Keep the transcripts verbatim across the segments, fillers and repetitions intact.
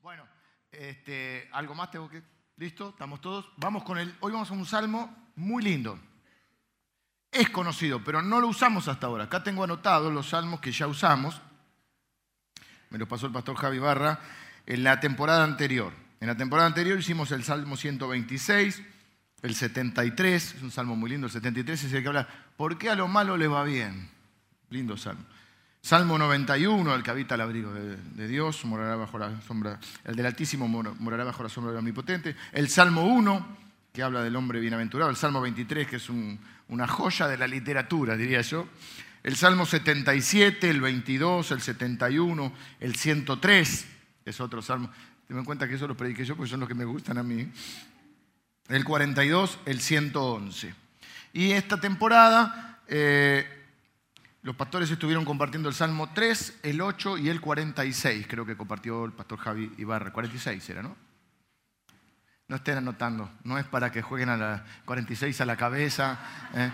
Bueno, este, algo más tengo que... ¿Listo? ¿Estamos todos? Vamos con el... Hoy vamos a un salmo muy lindo. Es conocido, pero no lo usamos hasta ahora. Acá tengo anotados los salmos que ya usamos. Me lo pasó el pastor Javi Barra en la temporada anterior. En la temporada anterior hicimos el Salmo ciento veintiséis, el setenta y tres, es un salmo muy lindo, el setenta y tres es el que habla, ¿por qué a lo malo le va bien? Lindo salmo. Salmo noventa y uno, el que habita al abrigo de, de Dios, morará bajo la sombra, el del Altísimo morará bajo la sombra del Omnipotente. El Salmo uno, que habla del hombre bienaventurado. El Salmo veintitrés, que es un, una joya de la literatura, diría yo. El Salmo setenta y siete, el veintidós, el setenta y uno, el ciento tres, es otro salmo. Ten en cuenta que eso lo prediqué yo porque son los que me gustan a mí. El cuarenta y dos, el ciento once. Y esta temporada... Eh, Los pastores estuvieron compartiendo el Salmo tres, el ocho y el cuarenta y seis. Creo que compartió el pastor Javi Ibarra. cuarenta y seis era, ¿no? No estén anotando. No es para que jueguen a la cuarenta y seis a la cabeza. ¿eh?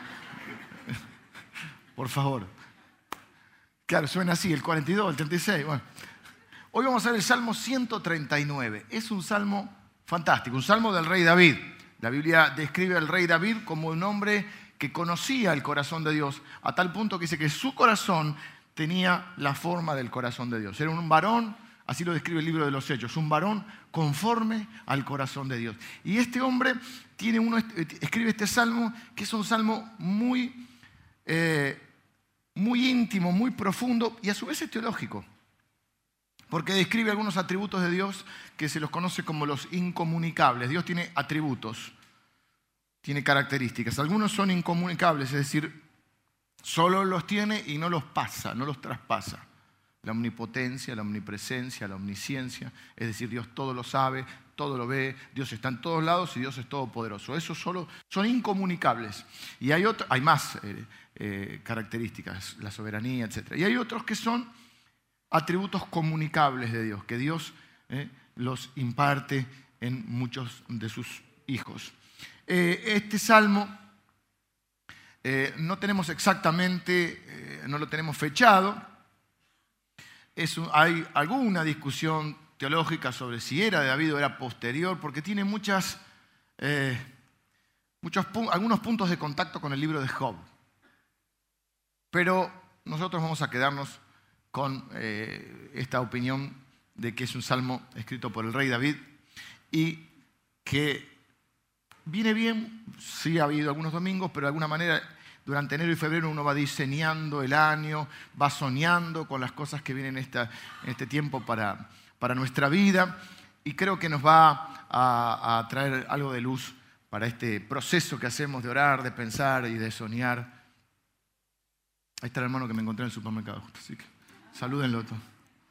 Por favor. Claro, suena así, el cuarenta y dos, el treinta y seis. Bueno. Hoy vamos a ver el Salmo ciento treinta y nueve. Es un salmo fantástico, un salmo del rey David. La Biblia describe al rey David como un hombre que conocía el corazón de Dios, a tal punto que dice que su corazón tenía la forma del corazón de Dios. Era un varón, así lo describe el libro de los Hechos, un varón conforme al corazón de Dios. Y este hombre tiene uno, escribe este salmo, que es un salmo muy, eh, muy íntimo, muy profundo, y a su vez es teológico, porque describe algunos atributos de Dios que se los conoce como los incomunicables. Dios tiene atributos. Tiene características. Algunos son incomunicables, es decir, solo los tiene y no los pasa, no los traspasa. La omnipotencia, la omnipresencia, la omnisciencia, es decir, Dios todo lo sabe, todo lo ve, Dios está en todos lados y Dios es todopoderoso. Esos solo son incomunicables. Y hay, otro, hay más eh, eh, características, la soberanía, etcétera. Y hay otros que son atributos comunicables de Dios, que Dios eh, los imparte en muchos de sus hijos. Este salmo eh, no tenemos exactamente, eh, no lo tenemos fechado. Es un, hay alguna discusión teológica sobre si era de David o era posterior, porque tiene muchas, eh, muchos, algunos puntos de contacto con el libro de Job. Pero nosotros vamos a quedarnos con eh, esta opinión de que es un salmo escrito por el rey David y que viene bien, sí ha habido algunos domingos, pero de alguna manera durante enero y febrero uno va diseñando el año, va soñando con las cosas que vienen en, esta, en este tiempo para, para nuestra vida y creo que nos va a, a traer algo de luz para este proceso que hacemos de orar, de pensar y de soñar. Ahí está el hermano que me encontré en el supermercado, así que salúdenlo todos.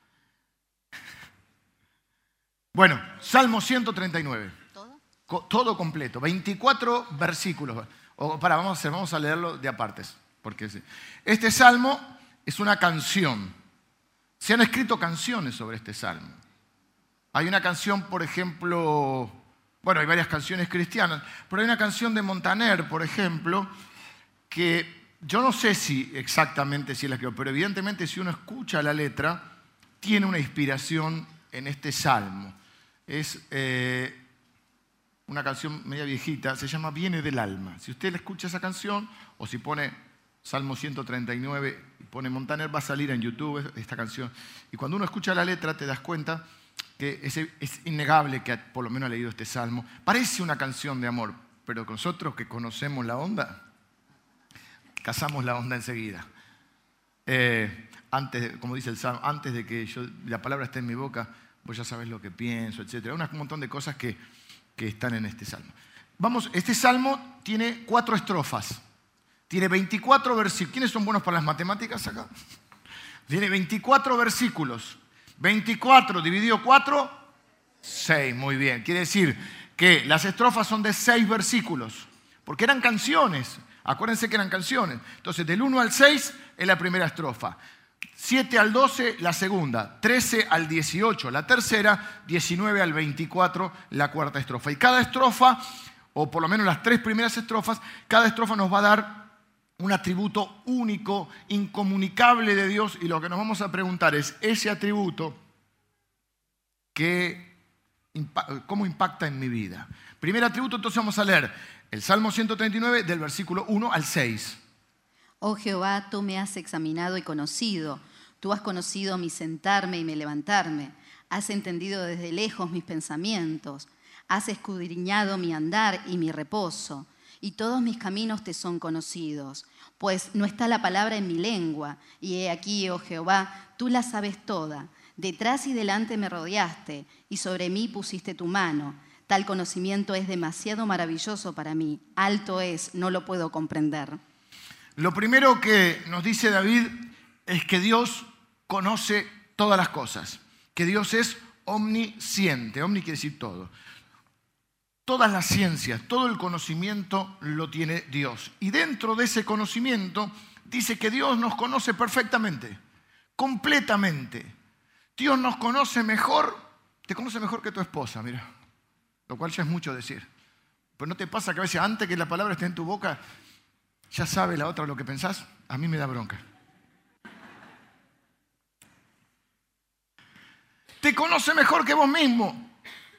Bueno, Salmo ciento treinta y nueve. Todo completo, veinticuatro versículos. O, para, vamos, a hacer, vamos a leerlo de apartes. Porque este salmo es una canción. Se han escrito canciones sobre este salmo. Hay una canción, por ejemplo, bueno, hay varias canciones cristianas, pero hay una canción de Montaner, por ejemplo, que yo no sé si exactamente si es la que, pero evidentemente si uno escucha la letra, tiene una inspiración en este salmo. Es... Eh, una canción media viejita, se llama Viene del alma. Si usted le escucha esa canción, o si pone Salmo ciento treinta y nueve y pone Montaner, va a salir en YouTube esta canción. Y cuando uno escucha la letra te das cuenta que es, es innegable que por lo menos ha leído este salmo. Parece una canción de amor, pero nosotros que conocemos la onda, cazamos la onda enseguida. Eh, antes, como dice el salmo, antes de que yo, la palabra esté en mi boca, vos ya sabés lo que pienso, etcétera. Un montón de cosas que... que están en este salmo. Vamos, este salmo tiene cuatro estrofas. Tiene veinticuatro versículos. ¿Quiénes son buenos para las matemáticas acá? Tiene veinticuatro versículos. veinticuatro dividido cuatro, seis. Muy bien. Quiere decir que las estrofas son de seis versículos. Porque eran canciones. Acuérdense que eran canciones. Entonces, del uno al seis es la primera estrofa. siete al doce, la segunda. trece al dieciocho, la tercera. diecinueve al veinticuatro, la cuarta estrofa. Y cada estrofa, o por lo menos las tres primeras estrofas, cada estrofa nos va a dar un atributo único, incomunicable de Dios. Y lo que nos vamos a preguntar es, ese atributo, ¿qué cómo impacta en mi vida. Primer atributo, entonces vamos a leer el Salmo ciento treinta y nueve del versículo uno al seis. Oh Jehová, tú me has examinado y conocido. Tú has conocido mi sentarme y mi levantarme. Has entendido desde lejos mis pensamientos. Has escudriñado mi andar y mi reposo. Y todos mis caminos te son conocidos. Pues no está la palabra en mi lengua. Y he aquí, oh Jehová, tú la sabes toda. Detrás y delante me rodeaste, y sobre mí pusiste tu mano. Tal conocimiento es demasiado maravilloso para mí. Alto es, no lo puedo comprender. Lo primero que nos dice David es que Dios conoce todas las cosas, que Dios es omnisciente. Omni quiere decir todo. Todas las ciencias, todo el conocimiento lo tiene Dios. Y dentro de ese conocimiento dice que Dios nos conoce perfectamente, completamente. Dios nos conoce mejor, te conoce mejor que tu esposa, mira. Lo cual ya es mucho decir. Pero ¿no te pasa que a veces antes que la palabra esté en tu boca, ya sabe la otra lo que pensás? A mí me da bronca. Te conoce mejor que vos mismo.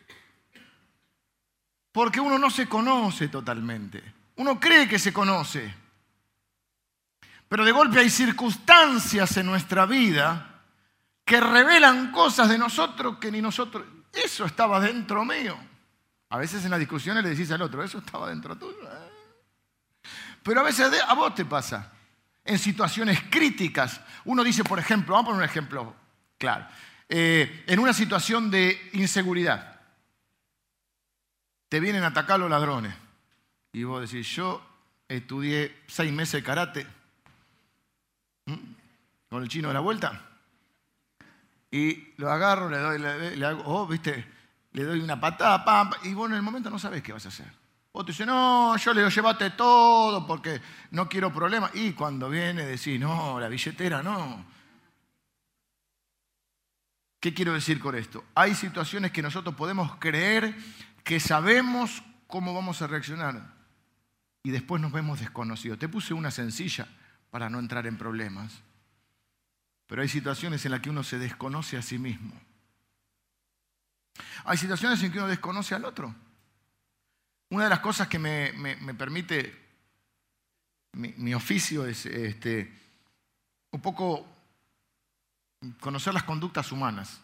Porque uno no se conoce totalmente. Uno cree que se conoce. Pero de golpe hay circunstancias en nuestra vida que revelan cosas de nosotros que ni nosotros... Eso estaba dentro mío. A veces en las discusiones le decís al otro, eso estaba dentro tuyo. Pero a veces a vos te pasa. En situaciones críticas. Uno dice, por ejemplo, vamos a poner un ejemplo claro. Eh, en una situación de inseguridad. Te vienen a atacar los ladrones. Y vos decís, yo estudié seis meses de karate. ¿Mm? Con el chino de la vuelta. Y lo agarro, le doy, le, le hago, oh, viste, le doy una patada, pam, y vos en el momento no sabés qué vas a hacer. Vos te dices, no, yo le digo, llévate todo porque no quiero problemas. Y cuando viene decís, no, la billetera no. ¿Qué quiero decir con esto? Hay situaciones que nosotros podemos creer que sabemos cómo vamos a reaccionar y después nos vemos desconocidos. Te puse una sencilla para no entrar en problemas. Pero hay situaciones en las que uno se desconoce a sí mismo. Hay situaciones en que uno desconoce al otro. Una de las cosas que me, me, me permite mi, mi oficio es este, un poco conocer las conductas humanas.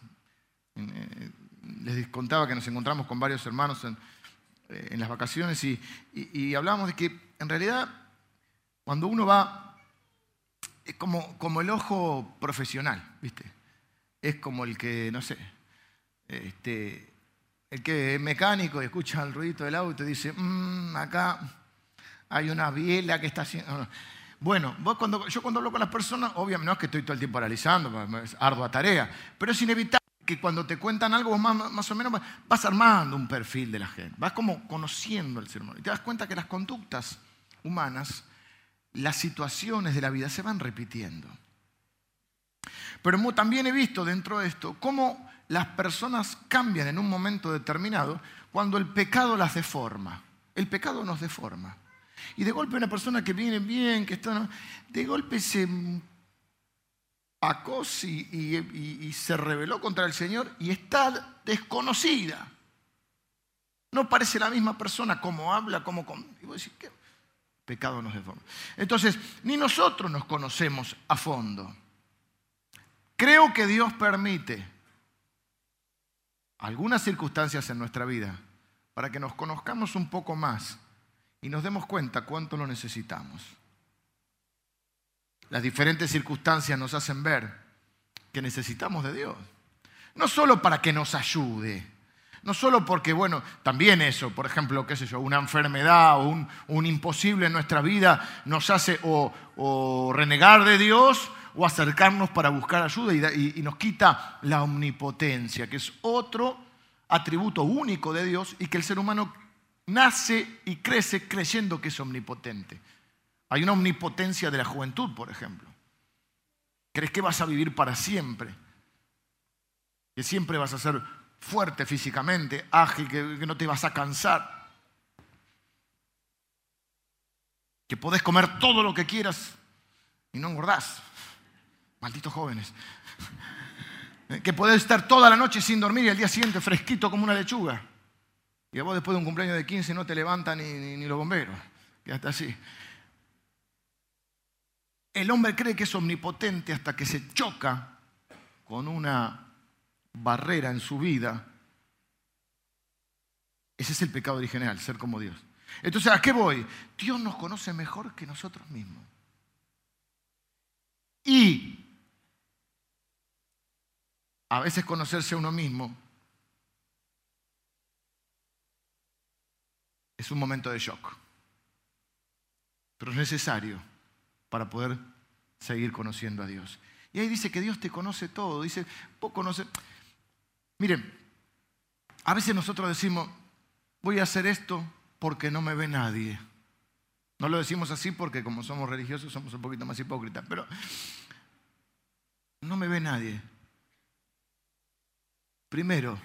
Les contaba que nos encontramos con varios hermanos en, en las vacaciones y, y, y hablábamos de que en realidad cuando uno va... Es como, como el ojo profesional, ¿viste? Es como el que, no sé, este, el que es mecánico y escucha el ruidito del auto y dice, mmm, acá hay una biela que está haciendo... Bueno, vos cuando, yo cuando hablo con las personas, obviamente no es que estoy todo el tiempo analizando, es ardua tarea, pero es inevitable que cuando te cuentan algo, vos más, más o menos vas armando un perfil de la gente, vas como conociendo el ser humano y te das cuenta que las conductas humanas, las situaciones de la vida se van repitiendo. Pero también he visto dentro de esto cómo las personas cambian en un momento determinado cuando el pecado las deforma. El pecado nos deforma. Y de golpe una persona que viene bien, que está, de golpe se pacó y, y, y, y se rebeló contra el Señor y está desconocida. No parece la misma persona, cómo habla, cómo... Y vos decís, ¿qué? Pecado nos deforma. Entonces, ni nosotros nos conocemos a fondo. Creo que Dios permite algunas circunstancias en nuestra vida para que nos conozcamos un poco más y nos demos cuenta cuánto lo necesitamos. Las diferentes circunstancias nos hacen ver que necesitamos de Dios. No solo para que nos ayude, no solo porque, bueno, también eso, por ejemplo, qué sé yo, una enfermedad o un, un imposible en nuestra vida nos hace o, o renegar de Dios o acercarnos para buscar ayuda y, y, y nos quita la omnipotencia, que es otro atributo único de Dios y que el ser humano nace y crece creyendo que es omnipotente. Hay una omnipotencia de la juventud, por ejemplo. Crees que vas a vivir para siempre, que siempre vas a ser fuerte físicamente, ágil, que, que no te vas a cansar, que podés comer todo lo que quieras y no engordás. Malditos jóvenes. Que podés estar toda la noche sin dormir y al día siguiente fresquito como una lechuga. Y a vos después de un cumpleaños de quince no te levantan ni, ni, ni los bomberos. Quedaste así. El hombre cree que es omnipotente hasta que se choca con una barrera en su vida. Ese es el pecado original, ser como Dios. Entonces, ¿a qué voy? Dios nos conoce mejor que nosotros mismos. Y a veces conocerse a uno mismo es un momento de shock. Pero es necesario para poder seguir conociendo a Dios. Y ahí dice que Dios te conoce todo. Dice, vos conoces. Miren, a veces nosotros decimos, voy a hacer esto porque no me ve nadie. No lo decimos así porque como somos religiosos somos un poquito más hipócritas, pero no me ve nadie. Primero,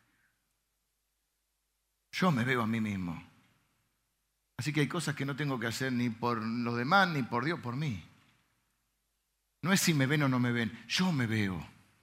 yo me veo a mí mismo. Así que hay cosas que no tengo que hacer ni por los demás, ni por Dios, por mí. No es si me ven o no me ven, yo me veo.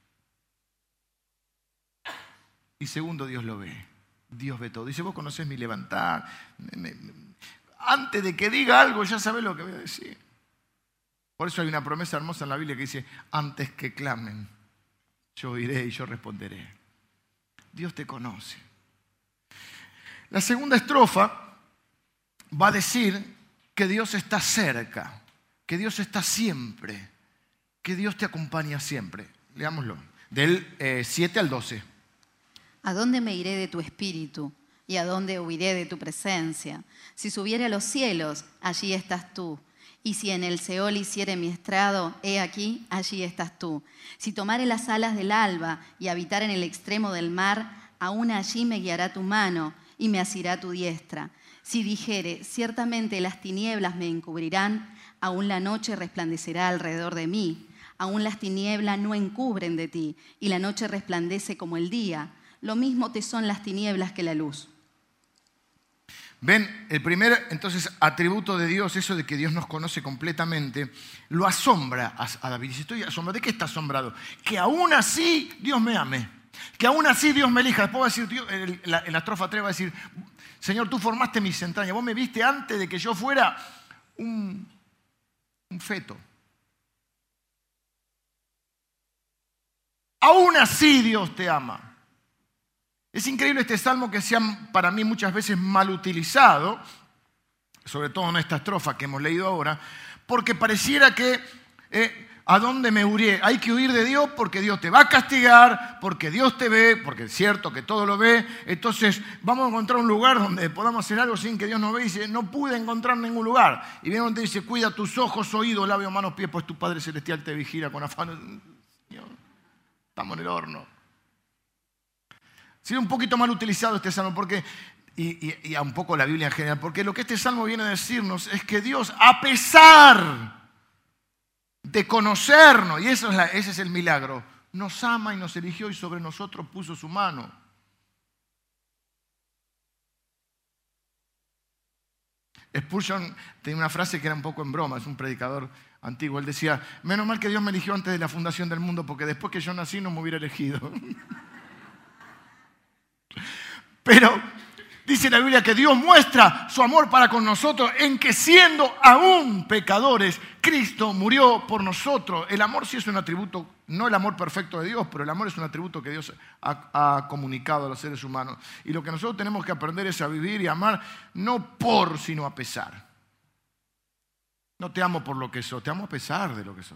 Y segundo, Dios lo ve. Dios ve todo. Dice, vos conocés mi levantar. Me, me, antes de que diga algo, ya sabés lo que voy a decir. Por eso hay una promesa hermosa en la Biblia que dice, antes que clamen, yo oiré y yo responderé. Dios te conoce. La segunda estrofa va a decir que Dios está cerca, que Dios está siempre, que Dios te acompaña siempre. Leámoslo, del eh, siete al doce. ¿A dónde me iré de tu espíritu? ¿Y a dónde huiré de tu presencia? Si subiere a los cielos, allí estás tú. Y si en el Seol hiciere mi estrado, he aquí, allí estás tú. Si tomare las alas del alba y habitar en el extremo del mar, aún allí me guiará tu mano y me asirá tu diestra. Si dijere, ciertamente las tinieblas me encubrirán, aún la noche resplandecerá alrededor de mí. Aún las tinieblas no encubren de ti, y la noche resplandece como el día. Lo mismo te son las tinieblas que la luz. Ven, el primer entonces atributo de Dios, eso de que Dios nos conoce completamente, lo asombra a David. Dice, estoy asombrado. ¿De qué está asombrado? Que aún así Dios me ame. Que aún así Dios me elija. Después va a decir, Dios, en la, en la estrofa tres va a decir, Señor, tú formaste mis entrañas. Vos me viste antes de que yo fuera un, un feto. Aún así Dios te ama. Es increíble este salmo que se ha para mí muchas veces mal utilizado, sobre todo en esta estrofa que hemos leído ahora, porque pareciera que eh, ¿a dónde me huiré? Hay que huir de Dios porque Dios te va a castigar, porque Dios te ve, porque es cierto que todo lo ve. Entonces vamos a encontrar un lugar donde podamos hacer algo sin que Dios nos vea. Y dice, no pude encontrar ningún lugar. Y viene donde dice, cuida tus ojos, oídos, labios, manos, pies, pues tu Padre Celestial te vigila con afán. Señor, estamos en el horno. Ha sido un poquito mal utilizado este salmo porque, y, y, y a un poco la Biblia en general, porque lo que este salmo viene a decirnos es que Dios, a pesar de conocernos, y eso es la, ese es el milagro, nos ama y nos eligió y sobre nosotros puso su mano. Spurgeon tenía una frase que era un poco en broma, es un predicador antiguo. Él decía, menos mal que Dios me eligió antes de la fundación del mundo, porque después que yo nací no me hubiera elegido. Pero dice la Biblia que Dios muestra su amor para con nosotros en que siendo aún pecadores, Cristo murió por nosotros. El amor sí es un atributo, no el amor perfecto de Dios, pero el amor es un atributo que Dios ha, ha comunicado a los seres humanos. Y lo que nosotros tenemos que aprender es a vivir y amar no por, sino a pesar. No te amo por lo que sos, te amo a pesar de lo que sos.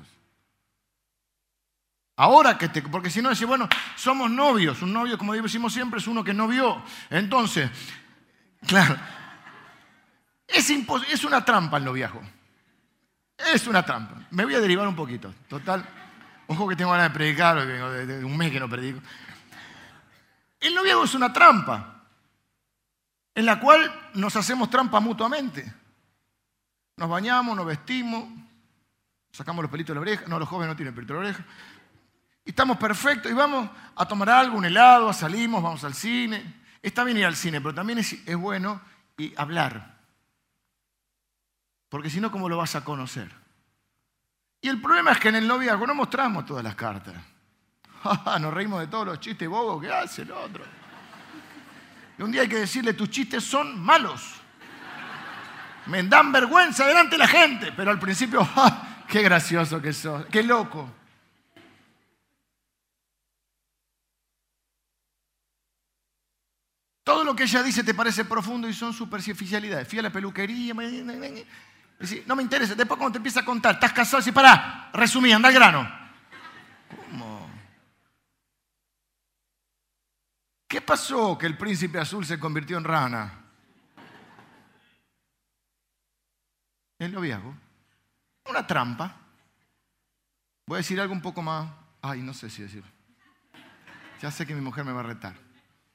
Ahora que te... Porque si no, decís, bueno, somos novios. Un novio, como decimos siempre, es uno que no vio. Entonces, claro, es, impos- es una trampa el noviazgo. Es una trampa. Me voy a derivar un poquito. Total, ojo que tengo ganas de predicar, de, de un mes que no predico. El noviazgo es una trampa en la cual nos hacemos trampa mutuamente. Nos bañamos, nos vestimos, sacamos los pelitos de la oreja. No, los jóvenes no tienen pelito de la oreja. Y estamos perfectos y vamos a tomar algo, un helado, salimos, vamos al cine. Está bien ir al cine, pero también es, es bueno y hablar. Porque si no, ¿cómo lo vas a conocer? Y el problema es que en el noviazgo no mostramos todas las cartas. Nos reímos de todos los chistes bobos que hace el otro. Y un día hay que decirle, tus chistes son malos. Me dan vergüenza delante de la gente. Pero al principio, ¡ah! ¡Qué gracioso que sos! ¡Qué loco! Todo lo que ella dice te parece profundo y son superficialidades. Fui a la peluquería, me... Decís, no me interesa. Después cuando te empieza a contar, estás casado, decís, pará, resumí, anda al grano. ¿Cómo? ¿Qué pasó que el príncipe azul se convirtió en rana? El noviazgo. Una trampa. Voy a decir algo un poco más... Ay, no sé si decir. Ya sé que mi mujer me va a retar.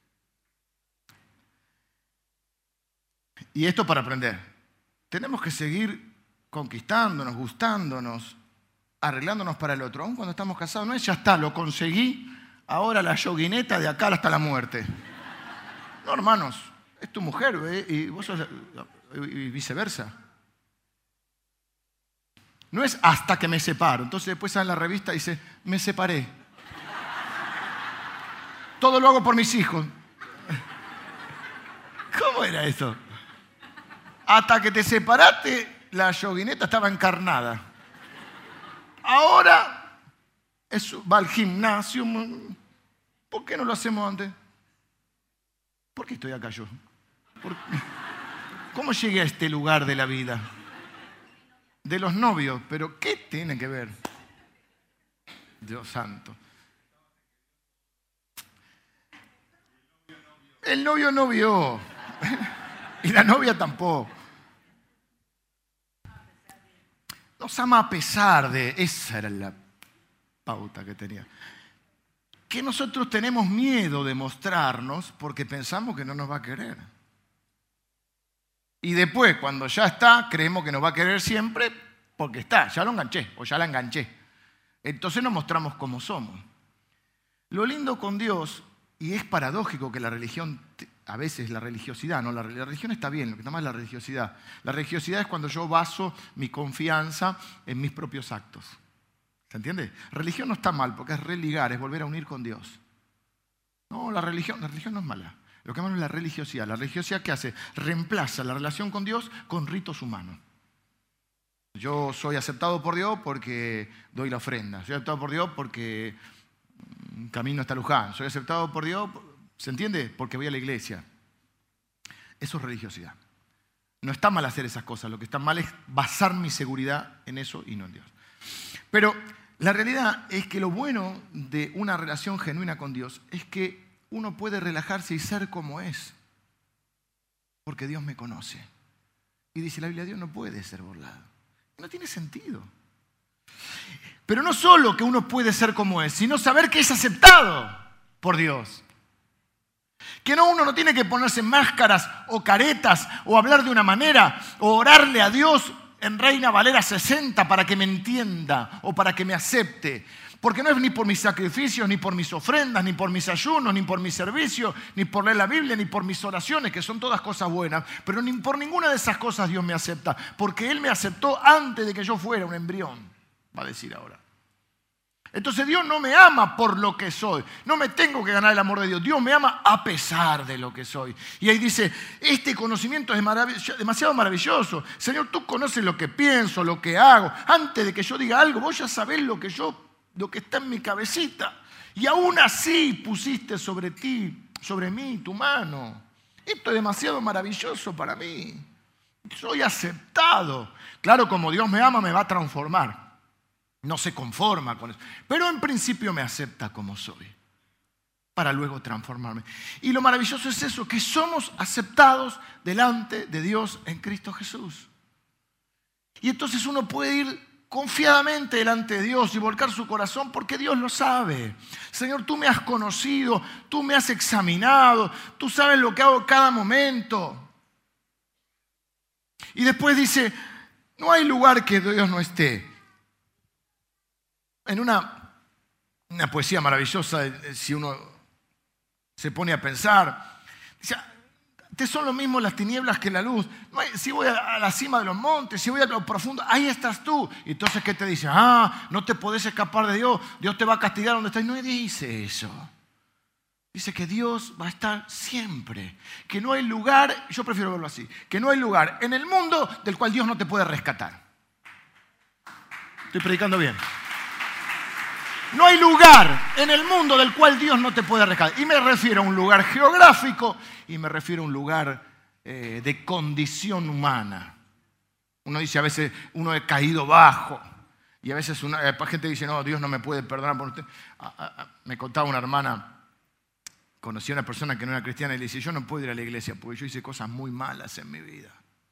Y esto para aprender. Tenemos que seguir conquistándonos, gustándonos, arreglándonos para el otro. Aún cuando estamos casados, no es ya está, lo conseguí, ahora la yoguineta de acá hasta la muerte. No, hermanos, es tu mujer, ¿eh? Y vos sos, y viceversa. No es hasta que me separo. Entonces después sale en la revista y dice, me separé. Todo lo hago por mis hijos. ¿Cómo era eso? Hasta que te separaste, la yoguineta estaba encarnada. Ahora es, va al gimnasio. ¿Por qué no lo hacemos antes? ¿Por qué estoy acá yo? ¿Por ¿Cómo llegué a este lugar de la vida? De los novios, pero ¿qué tiene que ver? Dios santo. El novio no vio. Y la novia tampoco. Nos ama a pesar de... Esa era la pauta que tenía. Que nosotros tenemos miedo de mostrarnos porque pensamos que no nos va a querer. Y después, cuando ya está, creemos que nos va a querer siempre porque está. Ya lo enganché o ya la enganché. Entonces nos mostramos como somos. Lo lindo con Dios, y es paradójico que la religión... A veces la religiosidad, no, la, la religión está bien, lo que está mal es la religiosidad. La religiosidad es cuando yo baso mi confianza en mis propios actos. ¿Se entiende? Religión no está mal porque es religar, es volver a unir con Dios. No, la religión, la religión no es mala. Lo que llamamos la religiosidad. La religiosidad, ¿qué hace? Reemplaza la relación con Dios con ritos humanos. Yo soy aceptado por Dios porque doy la ofrenda. Soy aceptado por Dios porque camino hasta Luján. Soy aceptado por Dios... ¿Se entiende? Porque voy a la iglesia. Eso es religiosidad. No está mal hacer esas cosas. Lo que está mal es basar mi seguridad en eso y no en Dios. Pero la realidad es que lo bueno de una relación genuina con Dios es que uno puede relajarse y ser como es. Porque Dios me conoce. Y dice la Biblia, Dios no puede ser burlado. No tiene sentido. Pero no solo que uno puede ser como es, sino saber que es aceptado por Dios. Que no, uno no tiene que ponerse máscaras o caretas o hablar de una manera o orarle a Dios en Reina Valera sesenta para que me entienda o para que me acepte. Porque no es ni por mis sacrificios, ni por mis ofrendas, ni por mis ayunos, ni por mi servicio, ni por leer la Biblia, ni por mis oraciones, que son todas cosas buenas. Pero ni por ninguna de esas cosas Dios me acepta. Porque Él me aceptó antes de que yo fuera un embrión, va a decir ahora. Entonces Dios no me ama por lo que soy. No me tengo que ganar el amor de Dios. Dios me ama a pesar de lo que soy. Y ahí dice, este conocimiento es marav- demasiado maravilloso. Señor, tú conoces lo que pienso, lo que hago. Antes de que yo diga algo, vos ya sabés lo que yo, lo que está en mi cabecita. Y aún así pusiste sobre ti, sobre mí, tu mano. Esto es demasiado maravilloso para mí. Soy aceptado. Claro, como Dios me ama, me va a transformar. No se conforma con eso. Pero en principio me acepta como soy. Para luego transformarme. Y lo maravilloso es eso, que somos aceptados delante de Dios en Cristo Jesús. Y entonces uno puede ir confiadamente delante de Dios y volcar su corazón porque Dios lo sabe. Señor, tú me has conocido, tú me has examinado, tú sabes lo que hago en cada momento. Y después dice, no hay lugar que Dios no esté. En una, una poesía maravillosa, si uno se pone a pensar, dice, Te son lo mismo las tinieblas que la luz. No hay, si voy a la cima de los montes, si voy a lo profundo, ahí estás tú. Y entonces, ¿qué te dice? Ah, no te podés escapar de Dios. Dios te va a castigar donde estás. No dice eso. Dice que Dios va a estar siempre. Que no hay lugar, yo prefiero verlo así, que no hay lugar en el mundo del cual Dios no te puede rescatar. Estoy predicando bien. No hay lugar en el mundo del cual Dios no te puede rescatar. Y me refiero a un lugar geográfico y me refiero a un lugar eh, de condición humana. Uno dice a veces, uno he caído bajo. Y a veces una, la gente dice, no, Dios no me puede perdonar por usted. A, a, a, me contaba una hermana, conocí a una persona que no era cristiana y le dice, yo no puedo ir a la iglesia porque yo hice cosas muy malas en mi vida.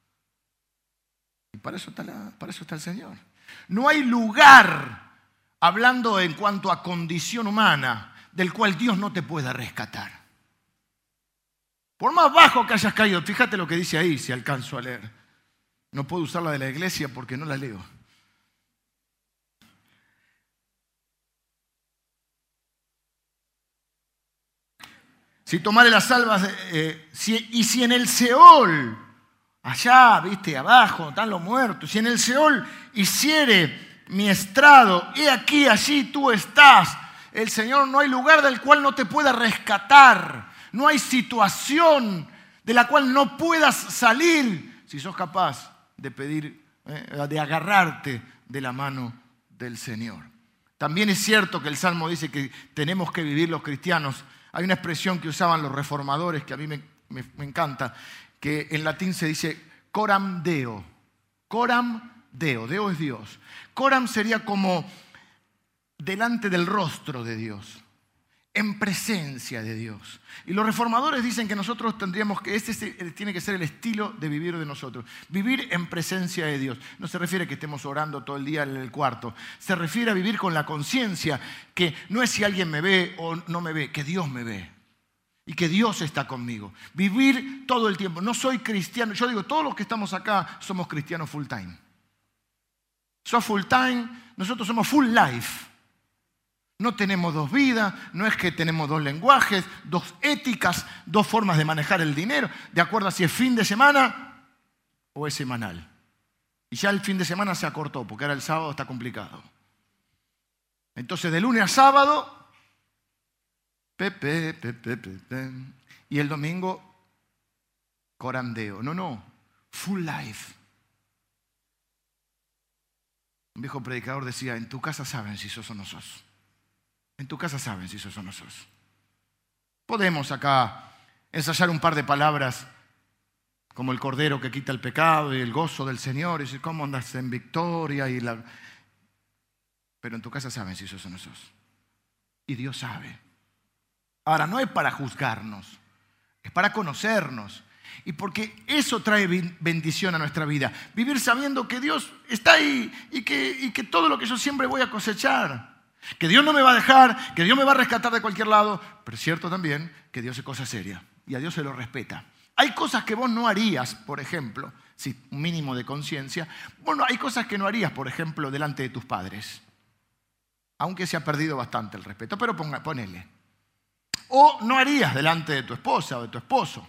Y para eso está, la, para eso está el Señor. No hay lugar, hablando en cuanto a condición humana, del cual Dios no te pueda rescatar. Por más bajo que hayas caído, fíjate lo que dice ahí, si alcanzo a leer. No puedo usar la de la iglesia porque no la leo. Si tomare las salvas, eh, si, y si en el Seol, allá, viste, abajo, están los muertos, si en el Seol hiciere mi estrado, he aquí, allí tú estás. El Señor, no hay lugar del cual no te pueda rescatar. No hay situación de la cual no puedas salir si sos capaz de pedir, eh, de agarrarte de la mano del Señor. También es cierto que el Salmo dice que tenemos que vivir los cristianos. Hay una expresión que usaban los reformadores que a mí me, me, me encanta, que en latín se dice coram deo. Coram deo, deo es Dios. Coram sería como delante del rostro de Dios, en presencia de Dios. Y los reformadores dicen que nosotros tendríamos que, este tiene que ser el estilo de vivir de nosotros. Vivir en presencia de Dios. No se refiere a que estemos orando todo el día en el cuarto. Se refiere a vivir con la conciencia que no es si alguien me ve o no me ve, que Dios me ve. Y que Dios está conmigo. Vivir todo el tiempo. No soy cristiano. Yo digo, todos los que estamos acá somos cristianos full time. Sos full time, nosotros somos full life. No tenemos dos vidas, no es que tenemos dos lenguajes, dos éticas, dos formas de manejar el dinero, de acuerdo a si es fin de semana o es semanal. Y ya el fin de semana se acortó, porque ahora el sábado está complicado. Entonces, de lunes a sábado, pepe, pepe, pepe, y el domingo, corandeo. No, no, full life. Un viejo predicador decía, en tu casa saben si sos o no sos. En tu casa saben si sos o no sos. Podemos acá ensayar un par de palabras como el cordero que quita el pecado y el gozo del Señor y decir, ¿cómo andas en victoria? Y la... Pero en tu casa saben si sos o no sos. Y Dios sabe. Ahora, no es para juzgarnos, es para conocernos. Y porque eso trae bendición a nuestra vida. Vivir sabiendo que Dios está ahí y que, y que todo lo que yo siempre voy a cosechar. Que Dios no me va a dejar, que Dios me va a rescatar de cualquier lado, pero es cierto también que Dios es cosa seria y a Dios se lo respeta. Hay cosas que vos no harías, por ejemplo, sí, un mínimo de conciencia. Bueno, hay cosas que no harías, por ejemplo, delante de tus padres, aunque se ha perdido bastante el respeto, pero ponga, ponele. O no harías delante de tu esposa o de tu esposo.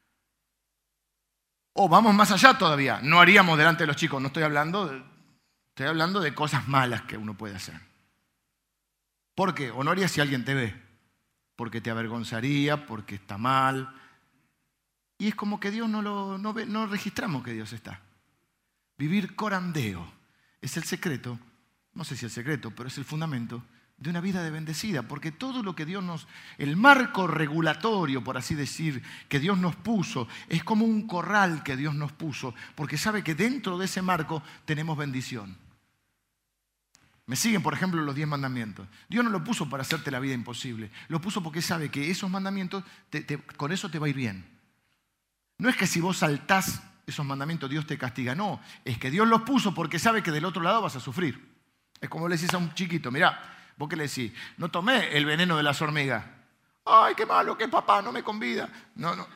O vamos más allá todavía, no haríamos delante de los chicos, no estoy hablando de, estoy hablando de cosas malas que uno puede hacer. ¿Por qué? O no harías si alguien te ve, porque te avergonzaría, porque está mal. Y es como que Dios no lo no ve, no registramos que Dios está. Vivir corandeo es el secreto, no sé si el secreto, pero es el fundamento de una vida de bendecida, porque todo lo que Dios nos, el marco regulatorio, por así decir, que Dios nos puso, es como un corral que Dios nos puso, porque sabe que dentro de ese marco tenemos bendición. Me siguen, por ejemplo, los diez mandamientos. Dios no lo puso para hacerte la vida imposible. Lo puso porque sabe que esos mandamientos, te, te, con eso te va a ir bien. No es que si vos saltás esos mandamientos, Dios te castiga. No, es que Dios los puso porque sabe que del otro lado vas a sufrir. Es como le decís a un chiquito, mirá, vos qué le decís, no tomé el veneno de las hormigas. Ay, qué malo, que papá no me convida. No, no.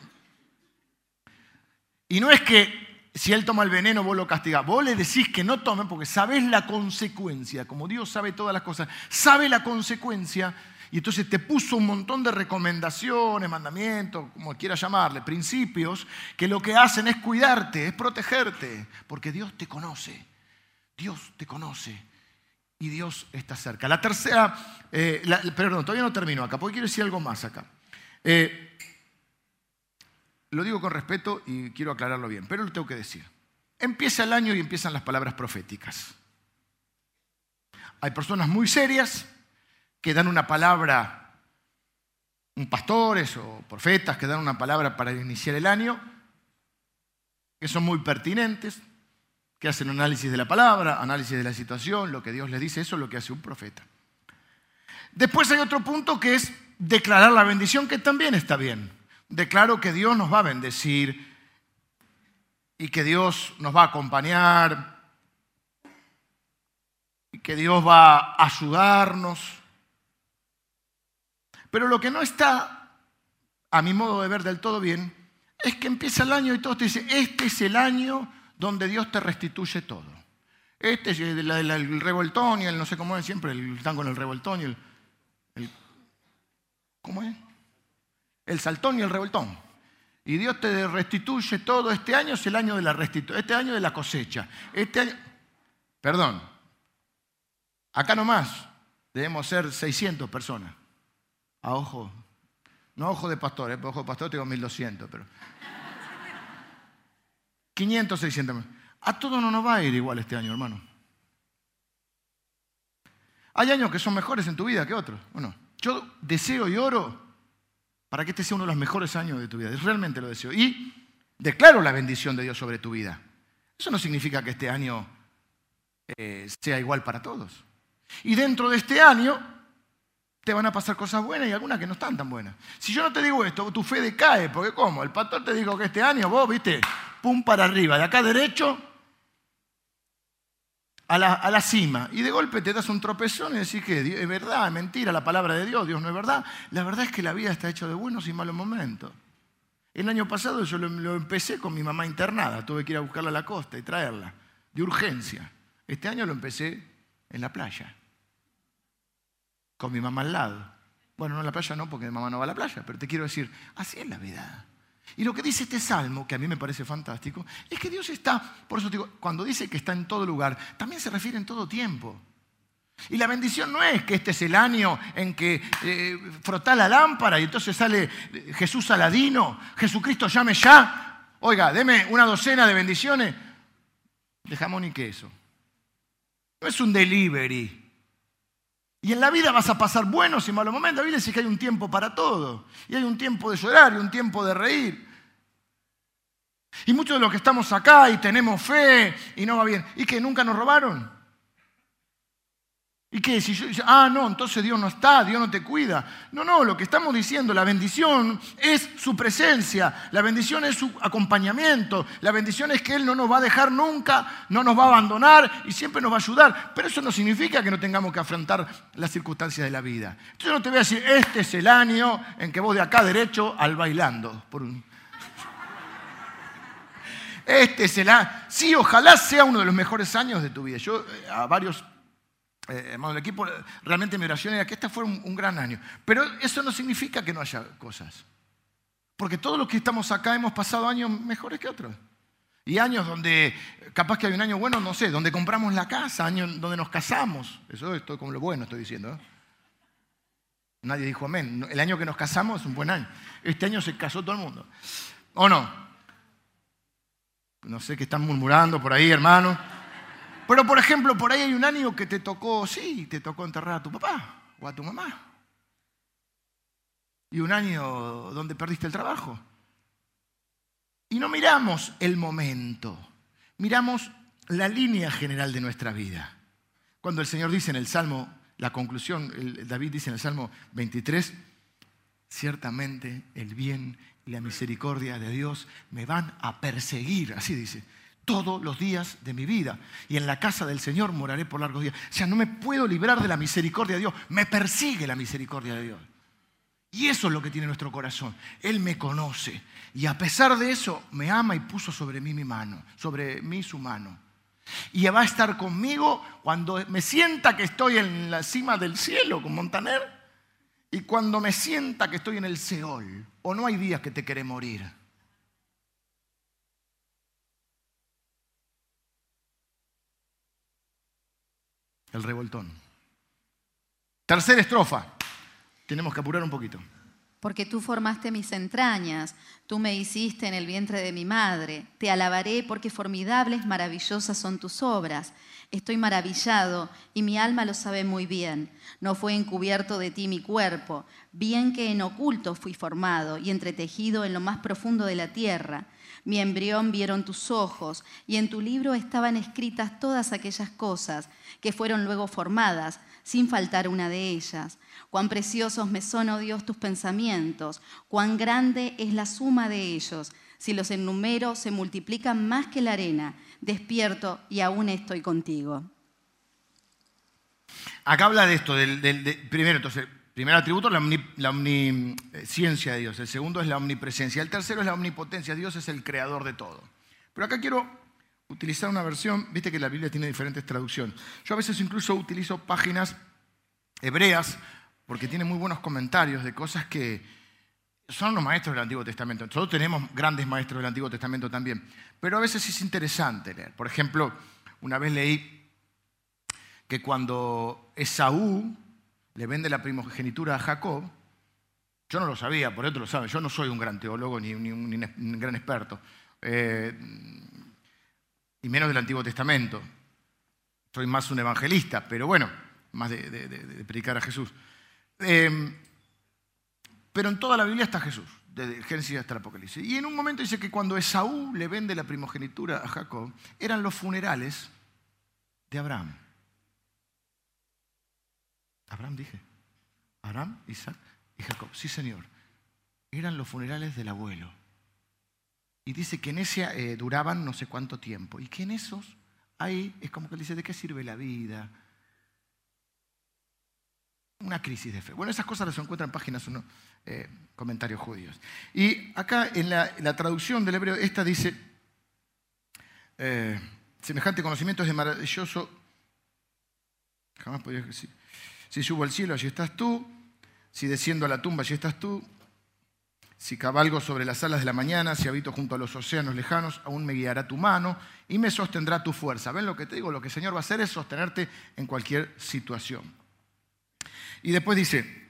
Y no es que si él toma el veneno, vos lo castigás. Vos le decís que no tome porque sabés la consecuencia. Como Dios sabe todas las cosas, sabe la consecuencia y entonces te puso un montón de recomendaciones, mandamientos, como quieras llamarle, principios, que lo que hacen es cuidarte, es protegerte, porque Dios te conoce, Dios te conoce y Dios está cerca. La tercera, eh, la, perdón, todavía no termino acá, porque quiero decir algo más acá. Eh, lo digo con respeto y quiero aclararlo bien, pero lo tengo que decir. Empieza el año y empiezan las palabras proféticas. Hay personas muy serias que dan una palabra, un pastores o profetas que dan una palabra para iniciar el año, que son muy pertinentes, que hacen análisis de la palabra, análisis de la situación, lo que Dios les dice, eso es lo que hace un profeta. Después hay otro punto que es declarar la bendición, que también está bien. Declaro que Dios nos va a bendecir y que Dios nos va a acompañar y que Dios va a ayudarnos. Pero lo que no está, a mi modo de ver, del todo bien, es que empieza el año y todos te dicen, este es el año donde Dios te restituye todo. Este es el, el, el revoltón y el no sé cómo es siempre, el, están con el revoltón y el, el... ¿Cómo es? El saltón y el revoltón. Y Dios te restituye todo. Este año es el año de la restitución, este año de la cosecha. Este año... Perdón. Acá nomás debemos ser seiscientas personas. A ojo. No a ojo de pastor, ¿eh? Por ojo de pastor tengo mil doscientos, pero... quinientos, seiscientos. A todos no nos va a ir igual este año, hermano. Hay años que son mejores en tu vida que otros. Bueno, yo deseo y oro para que este sea uno de los mejores años de tu vida. Realmente lo deseo. Y declaro la bendición de Dios sobre tu vida. Eso no significa que este año eh, sea igual para todos. Y dentro de este año te van a pasar cosas buenas y algunas que no están tan buenas. Si yo no te digo esto, tu fe decae. Porque ¿cómo? El pastor te dijo que este año vos, viste, pum para arriba, de acá derecho a la, a la cima. Y de golpe te das un tropezón y decís que es verdad, es mentira la palabra de Dios, Dios no es verdad. La verdad es que la vida está hecha de buenos y malos momentos. El año pasado yo lo, lo empecé con mi mamá internada. Tuve que ir a buscarla a la costa y traerla, de urgencia. Este año lo empecé en la playa, con mi mamá al lado. Bueno, no en la playa no, porque mi mamá no va a la playa, pero te quiero decir, así es la vida. Y lo que dice este salmo, que a mí me parece fantástico, es que Dios está, por eso te digo, cuando dice que está en todo lugar, también se refiere en todo tiempo. Y la bendición no es que este es el año en que eh, frotá la lámpara y entonces sale Jesús Aladino, Jesucristo llame ya. Oiga, deme una docena de bendiciones de jamón y queso. No es un delivery. Y en la vida vas a pasar buenos y malos momentos. La Biblia dice que hay un tiempo para todo. Y hay un tiempo de llorar y un tiempo de reír. Y muchos de los que estamos acá y tenemos fe y no va bien. ¿Y que nunca nos robaron? ¿Y qué? Si yo, ah, no, entonces Dios no está, Dios no te cuida. No, no, lo que estamos diciendo, la bendición es su presencia, la bendición es su acompañamiento, la bendición es que Él no nos va a dejar nunca, no nos va a abandonar y siempre nos va a ayudar. Pero eso no significa que no tengamos que afrontar las circunstancias de la vida. Entonces yo no te voy a decir, este es el año en que vos de acá derecho al bailando. Por un... Este es el año. Sí, ojalá sea uno de los mejores años de tu vida. Yo a varios... Eh, hermano del equipo, realmente mi oración era que este fuera un, un gran año. Pero eso no significa que no haya cosas. Porque todos los que estamos acá hemos pasado años mejores que otros. Y años donde, capaz que hay un año bueno, no sé, donde compramos la casa, años donde nos casamos. Eso estoy como lo bueno estoy diciendo, ¿eh? Nadie dijo amén. El año que nos casamos es un buen año. Este año se casó todo el mundo. ¿O no? No sé qué están murmurando por ahí, hermano. Pero, por ejemplo, por ahí hay un año que te tocó, sí, te tocó enterrar a tu papá o a tu mamá. Y un año donde perdiste el trabajo. Y no miramos el momento, miramos la línea general de nuestra vida. Cuando el Señor dice en el Salmo, la conclusión, el, David dice en el Salmo veintitrés, ciertamente el bien y la misericordia de Dios me van a perseguir, así dice, todos los días de mi vida. Y en la casa del Señor moraré por largos días. O sea, no me puedo librar de la misericordia de Dios. Me persigue la misericordia de Dios. Y eso es lo que tiene nuestro corazón. Él me conoce. Y a pesar de eso, me ama y puso sobre mí mi mano. Sobre mí su mano. Y va a estar conmigo cuando me sienta que estoy en la cima del cielo con Montaner. y cuando me sienta que estoy en el Seol, o no hay días que te querés morir. El revoltón. Tercera estrofa. Tenemos que apurar un poquito. Porque tú formaste mis entrañas, tú me hiciste en el vientre de mi madre. Te alabaré porque formidables, maravillosas son tus obras. Estoy maravillado y mi alma lo sabe muy bien. No fue encubierto de ti mi cuerpo, bien que en oculto fui formado y entretejido en lo más profundo de la tierra. Mi embrión vieron tus ojos y en tu libro estaban escritas todas aquellas cosas que fueron luego formadas, sin faltar una de ellas. Cuán preciosos me son, oh Dios, tus pensamientos, cuán grande es la suma de ellos. Si los enumero, se multiplican más que la arena. Despierto y aún estoy contigo. Acá habla de esto, del, del, de, primero, entonces, primer atributo, la, omni, la omnisciencia de Dios. El segundo es la omnipresencia. El tercero es la omnipotencia. Dios es el creador de todo. Pero acá quiero utilizar una versión, viste que la Biblia tiene diferentes traducciones. Yo a veces incluso utilizo páginas hebreas porque tiene muy buenos comentarios de cosas que son los maestros del Antiguo Testamento. Nosotros tenemos grandes maestros del Antiguo Testamento también, pero a veces es interesante leer. Por ejemplo, una vez leí que cuando Esaú le vende la primogenitura a Jacob, yo no lo sabía, por eso lo sabe, yo no soy un gran teólogo ni, ni, un, ni un gran experto, eh, y menos del Antiguo Testamento. Soy más un evangelista, pero bueno, más de, de, de, de predicar a Jesús. Eh, pero en toda la Biblia está Jesús, desde el Génesis hasta el Apocalipsis. Y en un momento dice que cuando Esaú le vende la primogenitura a Jacob, eran los funerales de Abraham. Abraham dije. Abraham, Isaac y Jacob. Sí, Señor. Eran los funerales del abuelo. Y dice que en ese eh, duraban no sé cuánto tiempo. Y que en esos, ahí es como que él dice, ¿de qué sirve la vida? Una crisis de fe. Bueno, esas cosas las encuentran en páginas uno, eh, comentarios judíos. Y acá en la, en la traducción del hebreo, esta dice, eh, semejante conocimiento es de maravilloso, jamás podría decir, si subo al cielo, allí estás tú, si desciendo a la tumba, allí estás tú, si cabalgo sobre las alas de la mañana, si habito junto a los océanos lejanos, aún me guiará tu mano y me sostendrá tu fuerza. ¿Ven lo que te digo? Lo que el Señor va a hacer es sostenerte en cualquier situación. Y después dice,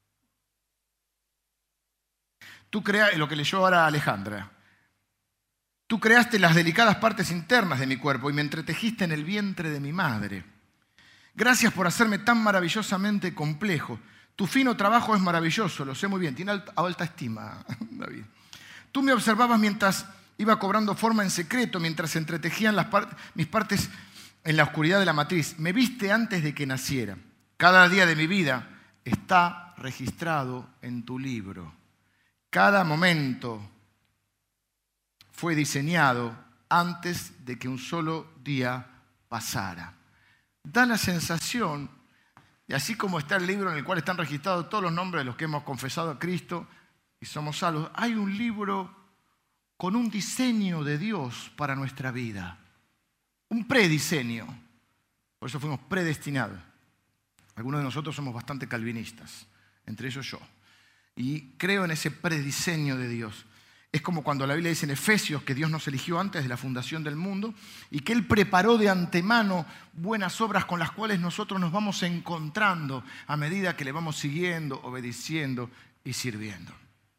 tú creas, lo que leyó ahora Alejandra, tú creaste las delicadas partes internas de mi cuerpo y me entretejiste en el vientre de mi madre. Gracias por hacerme tan maravillosamente complejo. Tu fino trabajo es maravilloso, lo sé muy bien, tiene alta, alta estima, David. Tú me observabas mientras iba cobrando forma en secreto, mientras se entretejían las part- mis partes en la oscuridad de la matriz. Me viste antes de que naciera. Cada día de mi vida está registrado en tu libro. Cada momento fue diseñado antes de que un solo día pasara. Da la sensación, y así como está el libro en el cual están registrados todos los nombres de los que hemos confesado a Cristo y somos salvos, hay un libro con un diseño de Dios para nuestra vida. Un prediseño. Por eso fuimos predestinados. Algunos de nosotros somos bastante calvinistas, entre ellos yo. Y creo en ese prediseño de Dios. Es como cuando la Biblia dice en Efesios que Dios nos eligió antes de la fundación del mundo y que Él preparó de antemano buenas obras con las cuales nosotros nos vamos encontrando a medida que le vamos siguiendo, obedeciendo y sirviendo.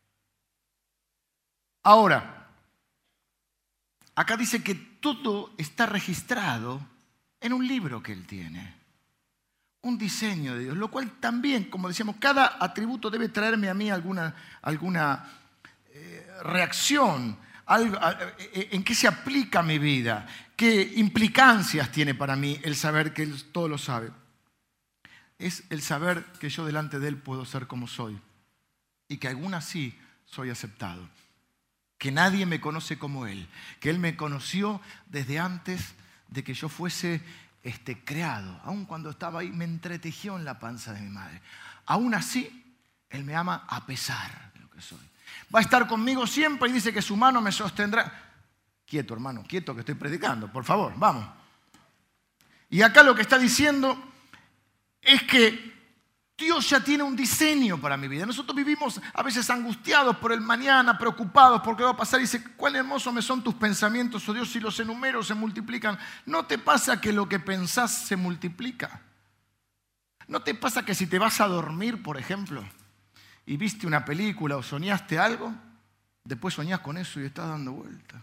Ahora, acá dice que todo está registrado en un libro que Él tiene. Un diseño de Dios, lo cual también, como decíamos, cada atributo debe traerme a mí alguna, alguna eh, reacción, algo, en qué se aplica mi vida, qué implicancias tiene para mí el saber que Él todo lo sabe. Es el saber que yo delante de Él puedo ser como soy y que aún así soy aceptado. Que nadie me conoce como Él, que Él me conoció desde antes de que yo fuese Este, creado, aun cuando estaba ahí, me entretejió en la panza de mi madre. Aún así, Él me ama a pesar de lo que soy. Va a estar conmigo siempre y dice que su mano me sostendrá. Quieto, hermano, quieto que estoy predicando, por favor, vamos. Y acá lo que está diciendo es que Dios ya tiene un diseño para mi vida. Nosotros vivimos a veces angustiados por el mañana, preocupados por qué va a pasar. Y dice, cuán hermosos me son tus pensamientos, oh Dios, si los enumero se multiplican. ¿No te pasa que lo que pensás se multiplica? ¿No te pasa que si te vas a dormir, por ejemplo, y viste una película o soñaste algo, después soñás con eso y estás dando vuelta?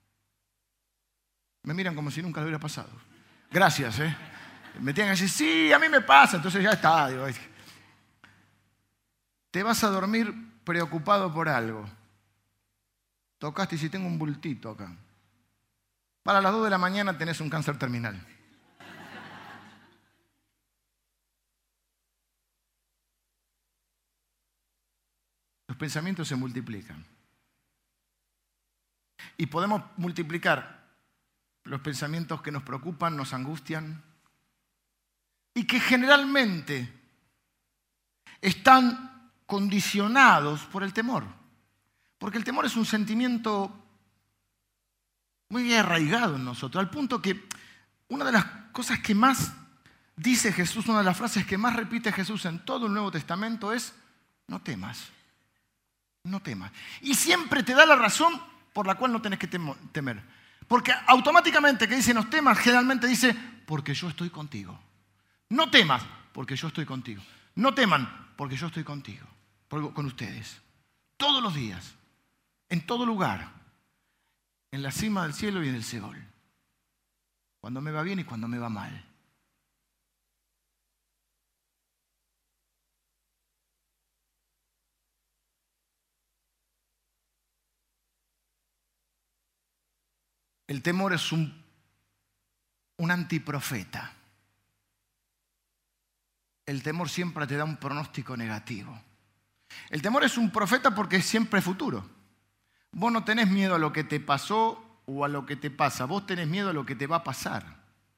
Me miran como si nunca lo hubiera pasado. Gracias, ¿eh? Me tienen que decir, sí, a mí me pasa, entonces ya está. Digo, te vas a dormir preocupado por algo. Tocaste y si tengo un bultito acá. Para las dos de la mañana tenés un cáncer terminal. Los pensamientos se multiplican. Y podemos multiplicar los pensamientos que nos preocupan, nos angustian, y que generalmente están condicionados por el temor. Porque el temor es un sentimiento muy arraigado en nosotros, al punto que una de las cosas que más dice Jesús, una de las frases que más repite Jesús en todo el Nuevo Testamento es, no temas, no temas. Y siempre te da la razón por la cual no tenés que temer. Porque automáticamente que dice no temas, generalmente dice, porque yo estoy contigo. No temas, porque yo estoy contigo. No teman, porque yo estoy contigo, con ustedes. Todos los días, en todo lugar, en la cima del cielo y en el Seol. Cuando me va bien y cuando me va mal. El temor es un, un antiprofeta. El temor siempre te da un pronóstico negativo. El temor es un profeta porque es siempre futuro. Vos no tenés miedo a lo que te pasó o a lo que te pasa. Vos tenés miedo a lo que te va a pasar.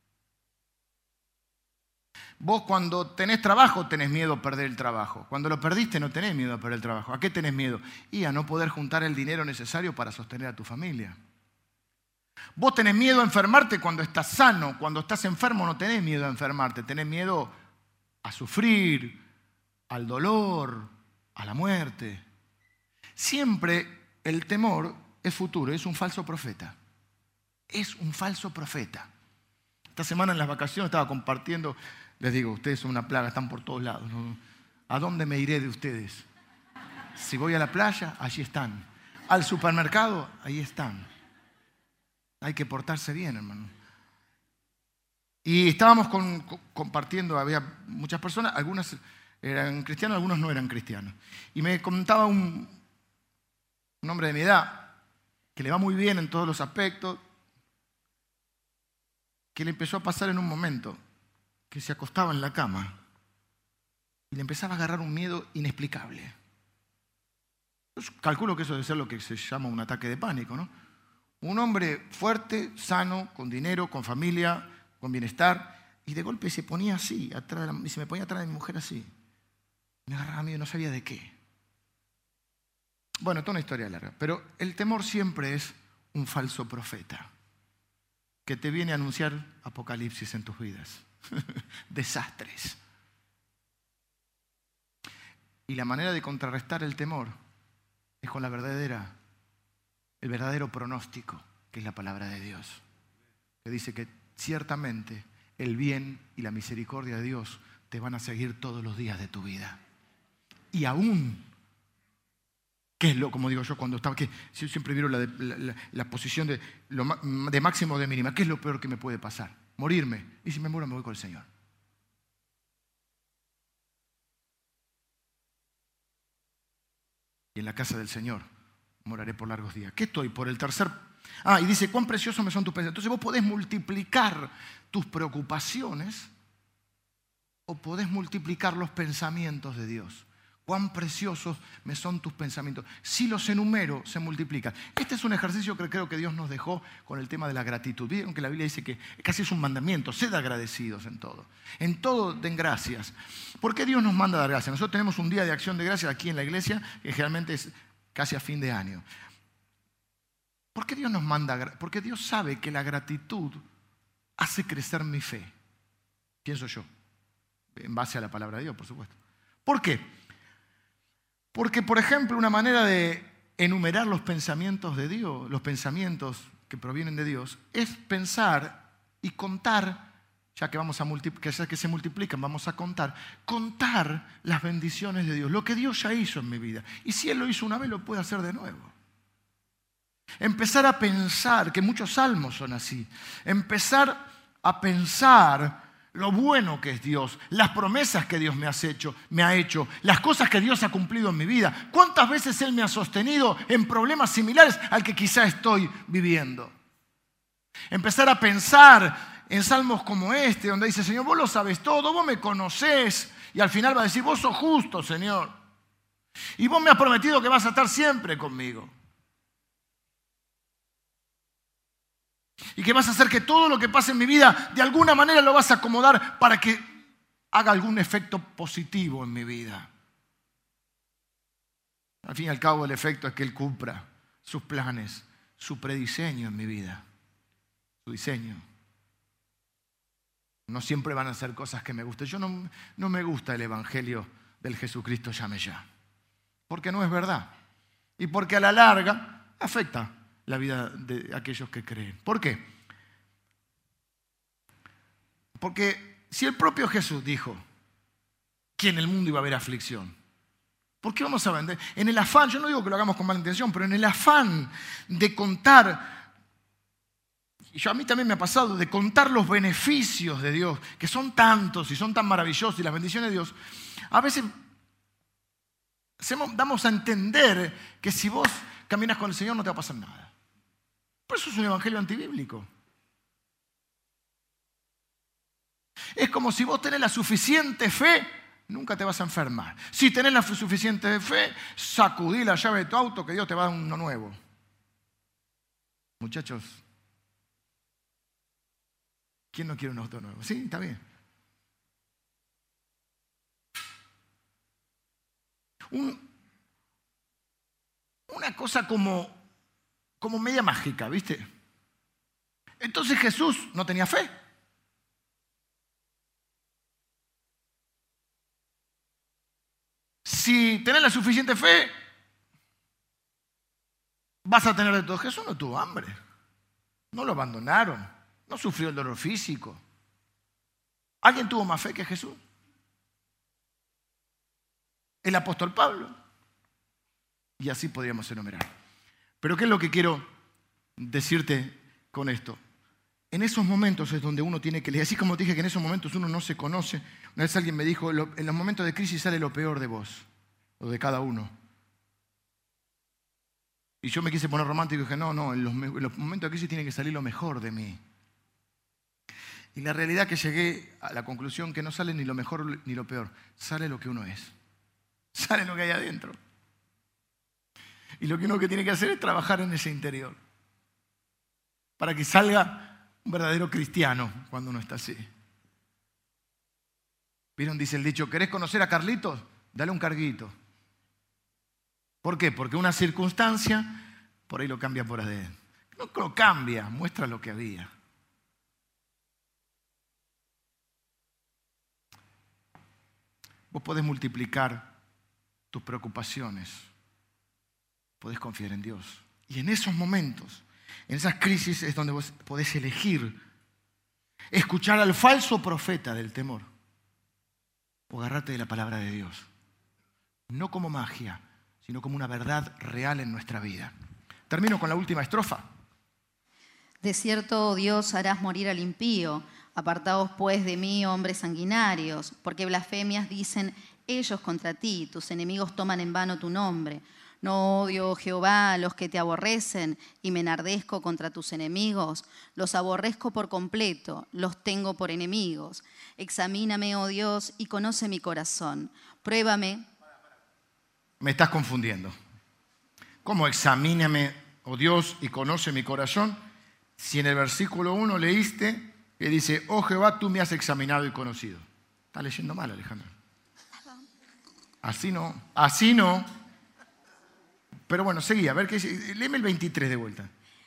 Vos cuando tenés trabajo tenés miedo a perder el trabajo. Cuando lo perdiste no tenés miedo a perder el trabajo. ¿A qué tenés miedo? Y a no poder juntar el dinero necesario para sostener a tu familia. Vos tenés miedo a enfermarte cuando estás sano. Cuando estás enfermo no tenés miedo a enfermarte. Tenés miedo a sufrir, al dolor, a la muerte. Siempre el temor es futuro, es un falso profeta. Es un falso profeta. Esta semana en las vacaciones estaba compartiendo, les digo, ustedes son una plaga, están por todos lados, ¿no? ¿A dónde me iré de ustedes? Si voy a la playa, allí están. Al supermercado, ahí están. Hay que portarse bien, hermano. Y estábamos con, con, compartiendo, había muchas personas, algunas eran cristianos, algunos no eran cristianos. Y me contaba un, un hombre de mi edad, que le va muy bien en todos los aspectos, que le empezó a pasar en un momento, que se acostaba en la cama y le empezaba a agarrar un miedo inexplicable. Yo calculo que eso debe ser lo que se llama un ataque de pánico, ¿no? Un hombre fuerte, sano, con dinero, con familia, con bienestar, y de golpe se ponía así, atrás de la, y se me ponía atrás de mi mujer así. Me agarraba miedo, no sabía de qué. Bueno, toda una historia larga, pero el temor siempre es un falso profeta que te viene a anunciar apocalipsis en tus vidas, desastres. Y la manera de contrarrestar el temor es con la verdadera, el verdadero pronóstico, que es la palabra de Dios, que dice que ciertamente el bien y la misericordia de Dios te van a seguir todos los días de tu vida. Y aún, ¿qué es lo, como digo yo, cuando estaba, que yo siempre vieron la, la, la, la posición de, lo, de máximo o de mínima, ¿qué es lo peor que me puede pasar? Morirme. Y si me muero me voy con el Señor. Y en la casa del Señor moraré por largos días. ¿Qué estoy? Por el tercer... Ah, y dice, cuán preciosos me son tus pensamientos. Entonces vos podés multiplicar tus preocupaciones o podés multiplicar los pensamientos de Dios. Cuán preciosos me son tus pensamientos. Si los enumero, se multiplican. Este es un ejercicio que creo que Dios nos dejó con el tema de la gratitud. Vieron que la Biblia dice que casi es un mandamiento. Sed agradecidos en todo. En todo den gracias. ¿Por qué Dios nos manda a dar gracias? Nosotros tenemos un día de acción de gracias aquí en la iglesia, que generalmente es casi a fin de año. ¿Por qué Dios nos manda? Porque Dios sabe que la gratitud hace crecer mi fe. Pienso yo. En base a la palabra de Dios, por supuesto. ¿Por qué? Porque, por ejemplo, una manera de enumerar los pensamientos de Dios, los pensamientos que provienen de Dios, es pensar y contar, ya que, vamos a que, ya que se multiplican, vamos a contar, contar las bendiciones de Dios, lo que Dios ya hizo en mi vida. Y si Él lo hizo una vez, lo puede hacer de nuevo. Empezar a pensar, que muchos salmos son así, empezar a pensar lo bueno que es Dios, las promesas que Dios me ha hecho, me ha hecho, las cosas que Dios ha cumplido en mi vida. ¿Cuántas veces Él me ha sostenido en problemas similares al que quizá estoy viviendo? Empezar a pensar en salmos como este, donde dice, Señor, vos lo sabes todo, vos me conocés. Y al final va a decir, vos sos justo, Señor. Y vos me has prometido que vas a estar siempre conmigo. Y que vas a hacer que todo lo que pase en mi vida, de alguna manera lo vas a acomodar para que haga algún efecto positivo en mi vida. Al fin y al cabo, el efecto es que Él cumpla sus planes, su prediseño en mi vida, su diseño. No siempre van a ser cosas que me gusten. Yo no, no me gusta el evangelio del Jesucristo llame ya, porque no es verdad y porque a la larga afecta la vida de aquellos que creen. ¿Por qué? Porque si el propio Jesús dijo que en el mundo iba a haber aflicción, ¿por qué vamos a vender? En el afán, yo no digo que lo hagamos con mala intención, pero en el afán de contar, y yo, a mí también me ha pasado, de contar los beneficios de Dios, que son tantos y son tan maravillosos, y las bendiciones de Dios, a veces damos a entender que si vos caminas con el Señor no te va a pasar nada. Por eso es un evangelio antibíblico. Es como si vos tenés la suficiente fe, nunca te vas a enfermar. Si tenés la suficiente fe, sacudí la llave de tu auto que Dios te va a dar uno nuevo. Muchachos, ¿quién no quiere un auto nuevo? Sí, está bien. Un, una cosa como... como media mágica, ¿viste? Entonces Jesús no tenía fe. Si tenés la suficiente fe, vas a tener de todo. Jesús no tuvo hambre. No lo abandonaron. No sufrió el dolor físico. ¿Alguien tuvo más fe que Jesús? El apóstol Pablo. Y así podríamos enumerar. Pero ¿qué es lo que quiero decirte con esto? En esos momentos es donde uno tiene que leer. Así como te dije que en esos momentos uno no se conoce. Una vez alguien me dijo, en los momentos de crisis sale lo peor de vos, o de cada uno. Y yo me quise poner romántico y dije, no, no, en los, en los momentos de crisis tiene que salir lo mejor de mí. Y la realidad es que llegué a la conclusión que no sale ni lo mejor ni lo peor. Sale lo que uno es. Sale lo que hay adentro. Y lo que uno que tiene que hacer es trabajar en ese interior. Para que salga un verdadero cristiano cuando uno está así. ¿Vieron? Dice el dicho, ¿querés conocer a Carlitos? Dale un carguito. ¿Por qué? Porque una circunstancia por ahí lo cambia por adentro. No lo cambia, muestra lo que había. Vos podés multiplicar tus preocupaciones. Podés confiar en Dios. Y en esos momentos, en esas crisis es donde vos podés elegir escuchar al falso profeta del temor o agarrarte de la palabra de Dios. No como magia, sino como una verdad real en nuestra vida. Termino con la última estrofa. De cierto, Dios, harás morir al impío. Apartaos pues de mí, hombres sanguinarios, porque blasfemias dicen ellos contra ti. Tus enemigos toman en vano tu nombre. No odio, Jehová, a los que te aborrecen y me enardezco contra tus enemigos. Los aborrezco por completo, los tengo por enemigos. Examíname, oh Dios, y conoce mi corazón. Pruébame. Me estás confundiendo. ¿Cómo examíname, oh Dios, y conoce mi corazón? Si en el versículo uno leíste que dice, oh Jehová, tú me has examinado y conocido. Estás leyendo mal, Alejandro. Así no, así no. Pero bueno, seguí, a ver qué dice. Léeme el veintitrés de vuelta.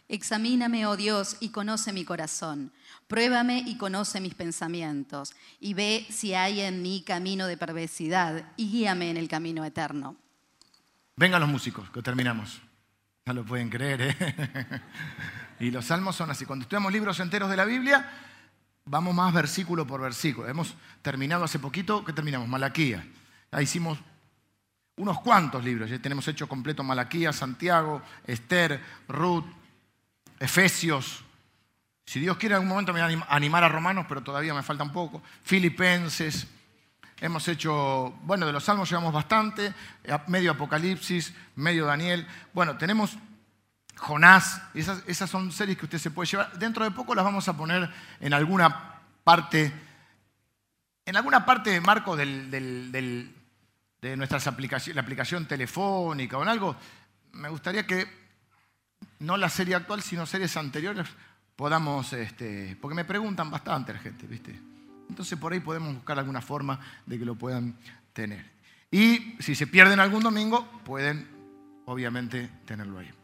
Examíname, oh Dios, y conoce mi corazón. Pruébame y conoce mis pensamientos. Y ve si hay en mí camino de perversidad y guíame en el camino eterno. Vengan los músicos, que terminamos. No lo pueden creer, ¿eh? Y los salmos son así. Cuando estudiamos libros enteros de la Biblia, vamos más versículo por versículo. Hemos terminado hace poquito, ¿qué terminamos? Malaquías. Ahí hicimos unos cuantos libros. Ya tenemos hecho completo Malaquías, Santiago, Esther, Ruth, Efesios. Si Dios quiere, en algún momento me voy a animar a Romanos, pero todavía me falta un poco. Filipenses. Hemos hecho, bueno, de los salmos llevamos bastante. Medio Apocalipsis, medio Daniel. Bueno, tenemos Jonás. Esas, esas son series que usted se puede llevar. Dentro de poco las vamos a poner en alguna parte, en alguna parte de marco del, del, del, de nuestras aplicaciones, la aplicación telefónica o en algo. Me gustaría que, no la serie actual, sino series anteriores, podamos, este, porque me preguntan bastante la gente, ¿viste? Entonces por ahí podemos buscar alguna forma de que lo puedan tener. Y si se pierden algún domingo, pueden obviamente tenerlo ahí.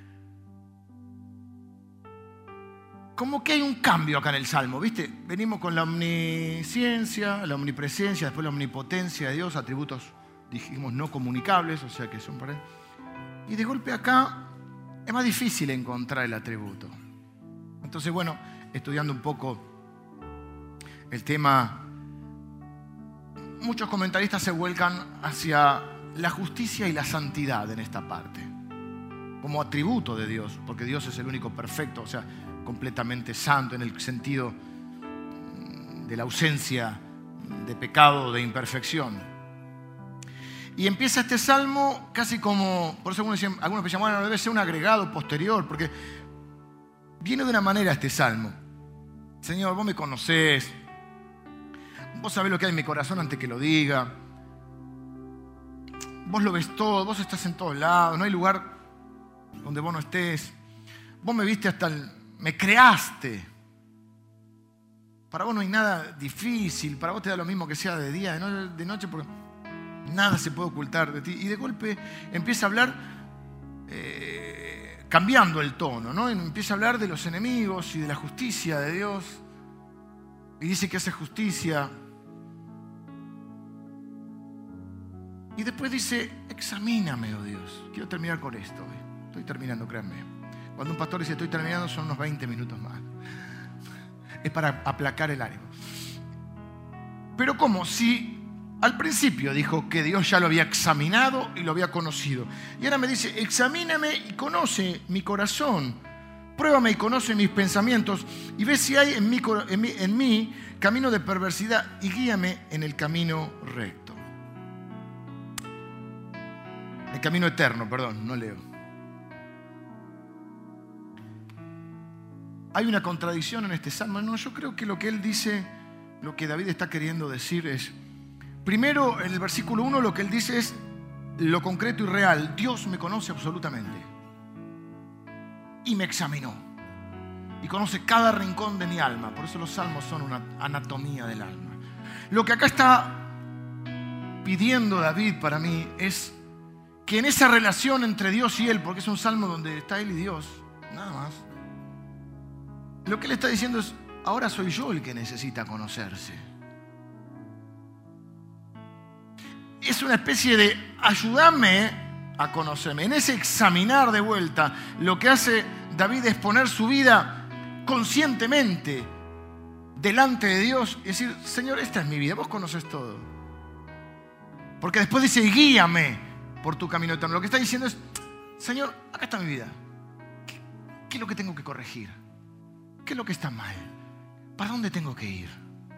Como que hay un cambio acá en el Salmo, ¿viste? Venimos con la omnisciencia, la omnipresencia, después la omnipotencia de Dios, atributos, dijimos, no comunicables, o sea que son para él. Y de golpe acá es más difícil encontrar el atributo. Entonces, bueno, estudiando un poco el tema, muchos comentaristas se vuelcan hacia la justicia y la santidad en esta parte, como atributo de Dios, porque Dios es el único perfecto, o sea, completamente santo en el sentido de la ausencia de pecado, de imperfección. Y empieza este salmo casi como, por eso algunos, decían, algunos pensaban, bueno, debe ser un agregado posterior, porque viene de una manera este salmo. Señor, vos me conocés, vos sabés lo que hay en mi corazón antes que lo diga, vos lo ves todo, vos estás en todos lados, no hay lugar donde vos no estés, vos me viste hasta el... me creaste. Para vos no hay nada difícil, para vos te da lo mismo que sea de día, de, no, de noche, porque nada se puede ocultar de ti. Y de golpe empieza a hablar, eh, cambiando el tono, ¿no? Empieza a hablar de los enemigos y de la justicia de Dios. Y dice que hace justicia. Y después dice, examíname, oh Dios. Quiero terminar con esto. ¿eh? Estoy terminando, créanme. Cuando un pastor dice estoy terminando, son unos veinte minutos más. Es para aplacar el ánimo. Pero ¿cómo? Si al principio dijo que Dios ya lo había examinado y lo había conocido. Y ahora me dice, examíname y conoce mi corazón. Pruébame y conoce mis pensamientos. Y ve si hay en mí, en mí, en mí camino de perversidad y guíame en el camino recto. El camino eterno, perdón, no leo. ¿Hay una contradicción en este salmo? No, yo creo que lo que él dice, lo que David está queriendo decir es, primero en el versículo uno lo que él dice es lo concreto y real. Dios me conoce absolutamente y me examinó y conoce cada rincón de mi alma. Por eso los salmos son una anatomía del alma. Lo que acá está pidiendo David para mí es que en esa relación entre Dios y él, porque es un salmo donde está él y Dios, nada más, lo que él está diciendo es, ahora soy yo el que necesita conocerse. Es una especie de ayúdame a conocerme. En ese examinar de vuelta, lo que hace David es poner su vida conscientemente delante de Dios y decir, Señor, esta es mi vida, vos conoces todo. Porque después dice, guíame por tu camino eterno. Lo que está diciendo es, Señor, acá está mi vida. ¿Qué, qué es lo que tengo que corregir? ¿Qué es lo que está mal? ¿Para dónde tengo que ir?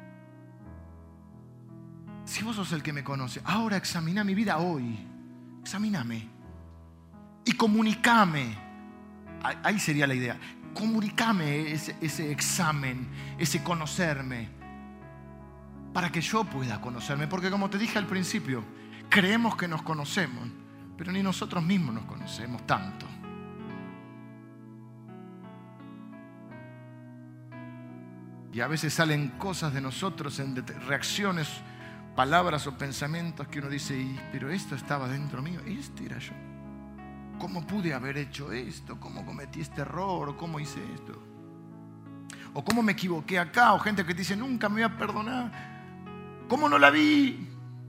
Si vos sos el que me conoce, ahora examina mi vida hoy. Examíname. Y comunicame. Ahí sería la idea. Comunicame ese, ese examen, ese conocerme, para que yo pueda conocerme. Porque como te dije al principio, creemos que nos conocemos, pero ni nosotros mismos nos conocemos tanto. Y a veces salen cosas de nosotros en reacciones, palabras o pensamientos que uno dice, pero esto estaba dentro mío, este era yo. ¿cómo pude haber hecho esto? ¿Cómo cometí este error? ¿O cómo hice esto? ¿O cómo me equivoqué acá? O gente que te dice, nunca me voy a perdonar. ¿Cómo no la vi?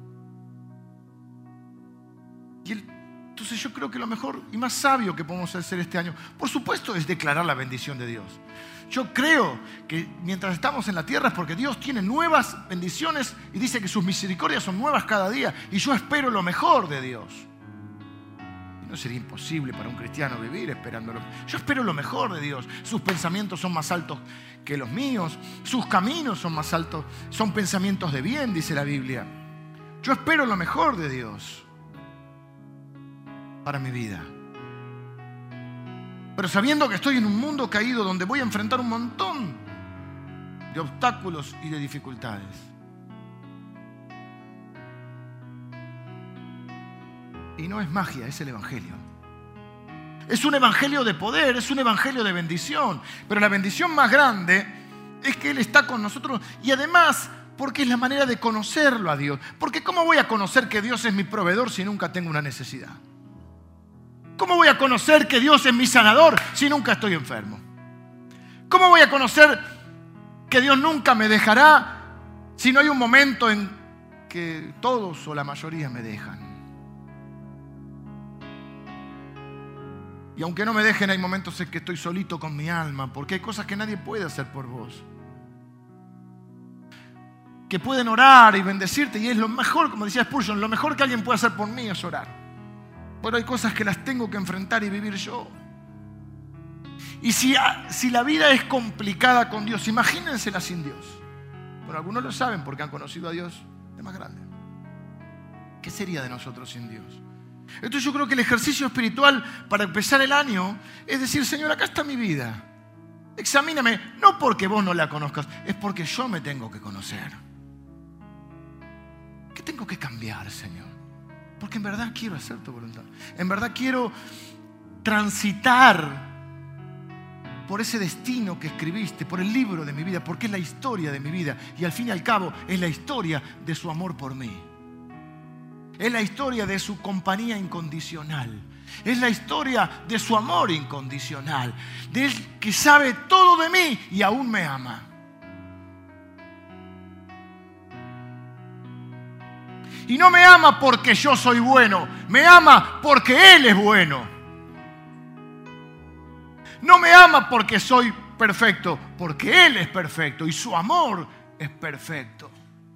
Y el, entonces yo creo que lo mejor y más sabio que podemos hacer este año, por supuesto, es declarar la bendición de Dios. Yo creo que mientras estamos en la tierra es porque Dios tiene nuevas bendiciones y dice que sus misericordias son nuevas cada día. Y yo espero lo mejor de Dios. Y no sería imposible para un cristiano vivir esperándolo. Yo espero lo mejor de Dios. Sus pensamientos son más altos que los míos. Sus caminos son más altos. Son pensamientos de bien, dice la Biblia. Yo espero lo mejor de Dios para mi vida. Pero sabiendo que estoy en un mundo caído donde voy a enfrentar un montón de obstáculos y de dificultades. Y no es magia, es el Evangelio. Es un Evangelio de poder, es un Evangelio de bendición. Pero la bendición más grande es que Él está con nosotros y además porque es la manera de conocerlo a Dios. Porque ¿cómo voy a conocer que Dios es mi proveedor si nunca tengo una necesidad? ¿Cómo voy a conocer que Dios es mi sanador si nunca estoy enfermo? ¿Cómo voy a conocer que Dios nunca me dejará si no hay un momento en que todos o la mayoría me dejan? Y aunque no me dejen, hay momentos en que estoy solito con mi alma, porque hay cosas que nadie puede hacer por vos. Que pueden orar y bendecirte, y es lo mejor, como decía Spurgeon, lo mejor que alguien puede hacer por mí es orar. Pero hay cosas que las tengo que enfrentar y vivir yo. Y si, si la vida es complicada con Dios, imagínensela sin Dios. Bueno, algunos lo saben porque han conocido a Dios de más grande. ¿Qué sería de nosotros sin Dios? Entonces yo creo que el ejercicio espiritual para empezar el año es decir, Señor, acá está mi vida. Examíname, no porque vos no la conozcas, es porque yo me tengo que conocer. ¿Qué tengo que cambiar, Señor? Porque en verdad quiero hacer tu voluntad. En verdad quiero transitar por ese destino que escribiste, por el libro de mi vida, porque es la historia de mi vida. Y al fin y al cabo es la historia de su amor por mí. Es la historia de su compañía incondicional. Es la historia de su amor incondicional. De Él que sabe todo de mí y aún me ama. Y no me ama porque yo soy bueno, me ama porque Él es bueno. No me ama porque soy perfecto, porque Él es perfecto y su amor es perfecto.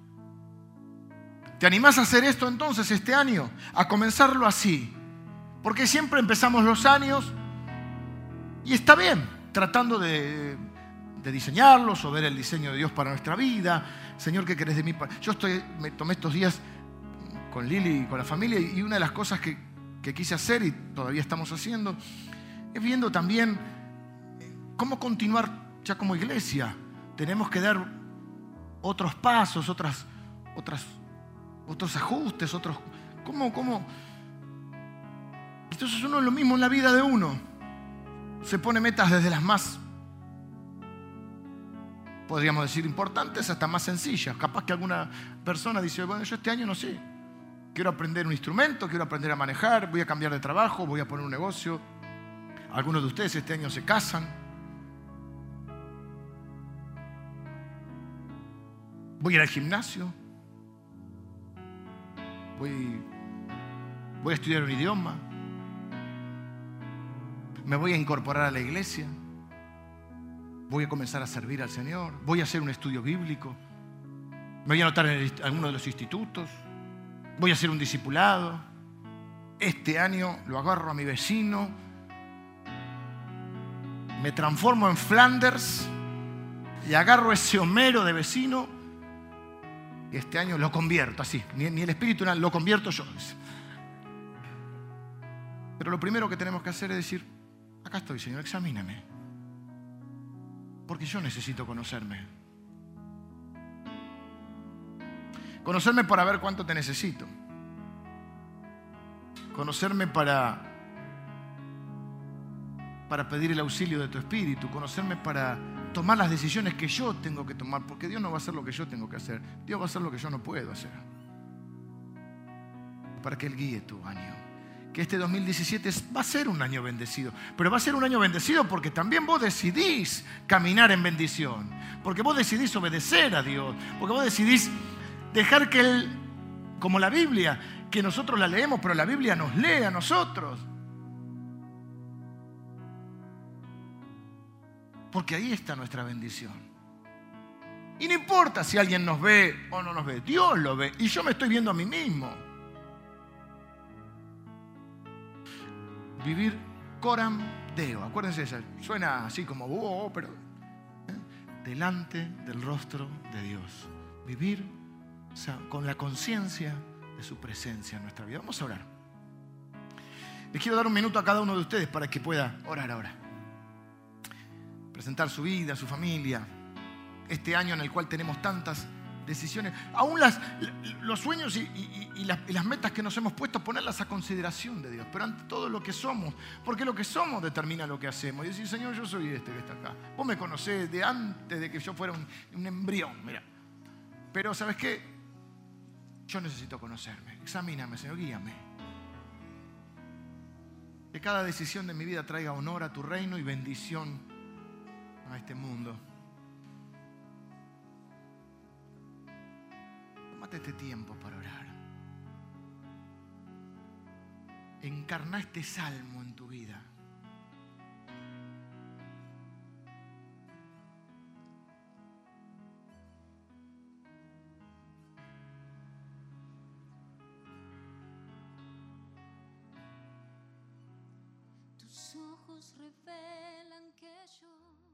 ¿Te animás a hacer esto entonces este año? A comenzarlo así. Porque siempre empezamos los años y está bien, tratando de, de diseñarlos o ver el diseño de Dios para nuestra vida. Señor, ¿qué querés de mí? Yo estoy, me tomé estos días con Lili y con la familia, y una de las cosas que, que quise hacer y todavía estamos haciendo es viendo también cómo continuar ya como iglesia. Tenemos que dar otros pasos, otras, otras, otros ajustes, otros... ¿Cómo, cómo? Entonces uno es lo mismo en la vida de uno. Se pone metas desde las más, podríamos decir, importantes hasta más sencillas. Capaz que alguna persona dice, bueno, yo este año no sé. Quiero aprender un instrumento, quiero aprender a manejar, voy a cambiar de trabajo, voy a poner un negocio. Algunos de ustedes este año se casan. Voy a ir al gimnasio. Voy, voy a estudiar un idioma. Me voy a incorporar a la iglesia. Voy a comenzar a servir al Señor. Voy a hacer un estudio bíblico. Me voy a anotar en alguno de los institutos. Voy a hacer un discipulado. Este año lo agarro a mi vecino. Me transformo en Flanders y agarro ese Homero de vecino. Y este año lo convierto así. Ni, ni el espíritu, nada, lo convierto yo. Pero lo primero que tenemos que hacer es decir, acá estoy, Señor, examíname. Porque yo necesito conocerme. Conocerme para ver cuánto te necesito. Conocerme para, para pedir el auxilio de tu espíritu. Conocerme para tomar las decisiones que yo tengo que tomar. Porque Dios no va a hacer lo que yo tengo que hacer. Dios va a hacer lo que yo no puedo hacer. Para que Él guíe tu año. que este dos mil diecisiete va a ser un año bendecido. Pero va a ser un año bendecido porque también vos decidís caminar en bendición. Porque vos decidís obedecer a Dios. Porque vos decidís dejar que Él, como la Biblia, que nosotros la leemos, pero la Biblia nos lee a nosotros. Porque ahí está nuestra bendición. Y no importa si alguien nos ve o no nos ve, Dios lo ve. Y yo me estoy viendo a mí mismo. Vivir coram Deo. Acuérdense de eso. Suena así como, oh, pero ¿eh? delante del rostro de Dios. Vivir, o sea, con la conciencia de su presencia en nuestra vida. Vamos a orar. Les quiero dar un minuto a cada uno de ustedes para que pueda orar ahora. Presentar su vida, su familia. Este año en el cual tenemos tantas decisiones. Aún las, los sueños y, y, y, las, y las metas que nos hemos puesto, ponerlas a consideración de Dios. Pero ante todo lo que somos. Porque lo que somos determina lo que hacemos. Y decir, Señor, yo soy este que está acá. Vos me conocés de antes de que yo fuera un, un embrión. Mira. Pero ¿sabes qué? Yo necesito conocerme. Examíname, Señor, guíame. Que cada decisión de mi vida traiga honor a tu reino y bendición a este mundo. Tómate este tiempo para orar. Encarna este salmo en tu vida. Tus ojos revelan que yo